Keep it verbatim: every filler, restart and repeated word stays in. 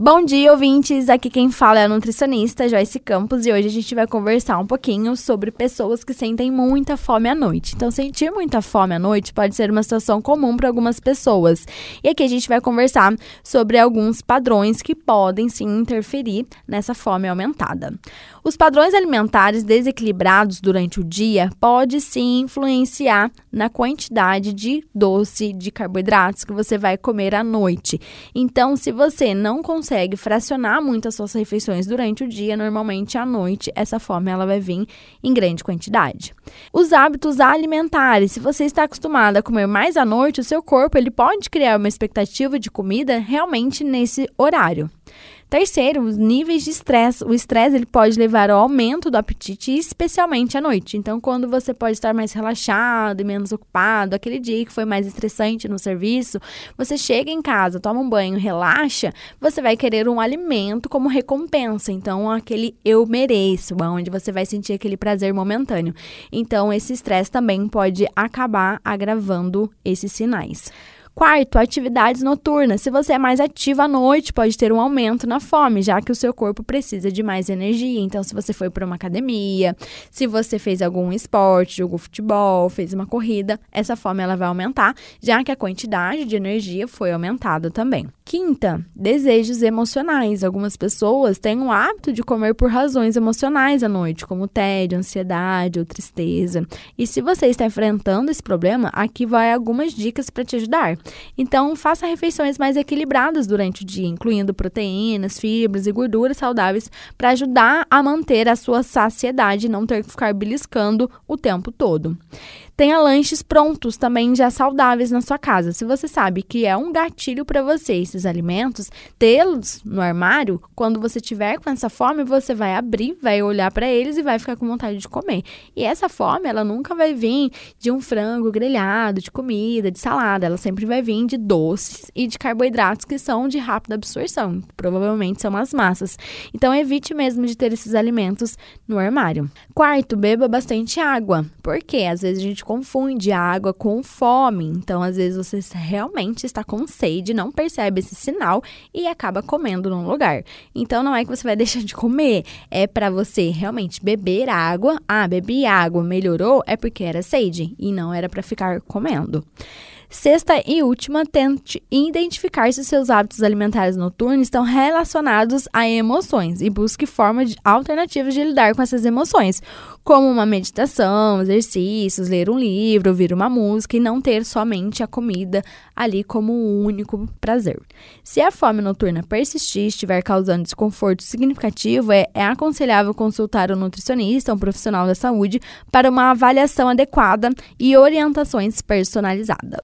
Bom dia, ouvintes! Aqui quem fala é a nutricionista Joyce Campos e hoje a gente vai conversar um pouquinho sobre pessoas que sentem muita fome à noite. Então, sentir muita fome à noite pode ser uma situação comum para algumas pessoas. E aqui a gente vai conversar sobre alguns padrões que podem, sim, interferir nessa fome aumentada. Os padrões alimentares desequilibrados durante o dia pode, sim, influenciar na quantidade de doce, de carboidratos que você vai comer à noite. Então, se você não consegue fracionar muito as suas refeições durante o dia, normalmente à noite essa fome ela vai vir em grande quantidade. Os hábitos alimentares, se você está acostumado a comer mais à noite, o seu corpo ele pode criar uma expectativa de comida realmente nesse horário. Terceiro, os níveis de estresse. O estresse ele pode levar ao aumento do apetite, especialmente à noite. Então, quando você pode estar mais relaxado e menos ocupado, aquele dia que foi mais estressante no serviço, você chega em casa, toma um banho, relaxa, você vai querer um alimento como recompensa. Então, aquele eu mereço, onde você vai sentir aquele prazer momentâneo. Então, esse estresse também pode acabar agravando esses sinais. Quarto, atividades noturnas. Se você é mais ativo à noite, pode ter um aumento na fome, já que o seu corpo precisa de mais energia. Então, se você foi para uma academia, se você fez algum esporte, jogou futebol, fez uma corrida, essa fome ela vai aumentar, já que a quantidade de energia foi aumentada também. Quinta, desejos emocionais. Algumas pessoas têm o hábito de comer por razões emocionais à noite, como tédio, ansiedade ou tristeza. E se você está enfrentando esse problema, aqui vai algumas dicas para te ajudar. Então, faça refeições mais equilibradas durante o dia, incluindo proteínas, fibras e gorduras saudáveis para ajudar a manter a sua saciedade e não ter que ficar beliscando o tempo todo. Tenha lanches prontos, também já saudáveis na sua casa. Se você sabe que é um gatilho para você esses alimentos, tê-los no armário, quando você tiver com essa fome, você vai abrir, vai olhar para eles e vai ficar com vontade de comer. E essa fome, ela nunca vai vir de um frango grelhado, de comida, de salada. Ela sempre vai vir de doces e de carboidratos que são de rápida absorção. Provavelmente são as massas. Então, evite mesmo de ter esses alimentos no armário. Quarto, beba bastante água. Por quê? Às vezes a gente confunde a água com fome. Então, às vezes você realmente está com sede, não percebe esse sinal e acaba comendo num lugar. Então, não é que você vai deixar de comer, é para você realmente beber água. Ah, bebi água, melhorou, é porque era sede e não era para ficar comendo. Sexta e última, tente identificar se seus hábitos alimentares noturnos estão relacionados a emoções e busque formas alternativas de lidar com essas emoções, como uma meditação, exercícios, ler um livro, ouvir uma música e não ter somente a comida ali como o único prazer. Se a fome noturna persistir e estiver causando desconforto significativo, é, é aconselhável consultar um nutricionista, um profissional da saúde, para uma avaliação adequada e orientações personalizadas.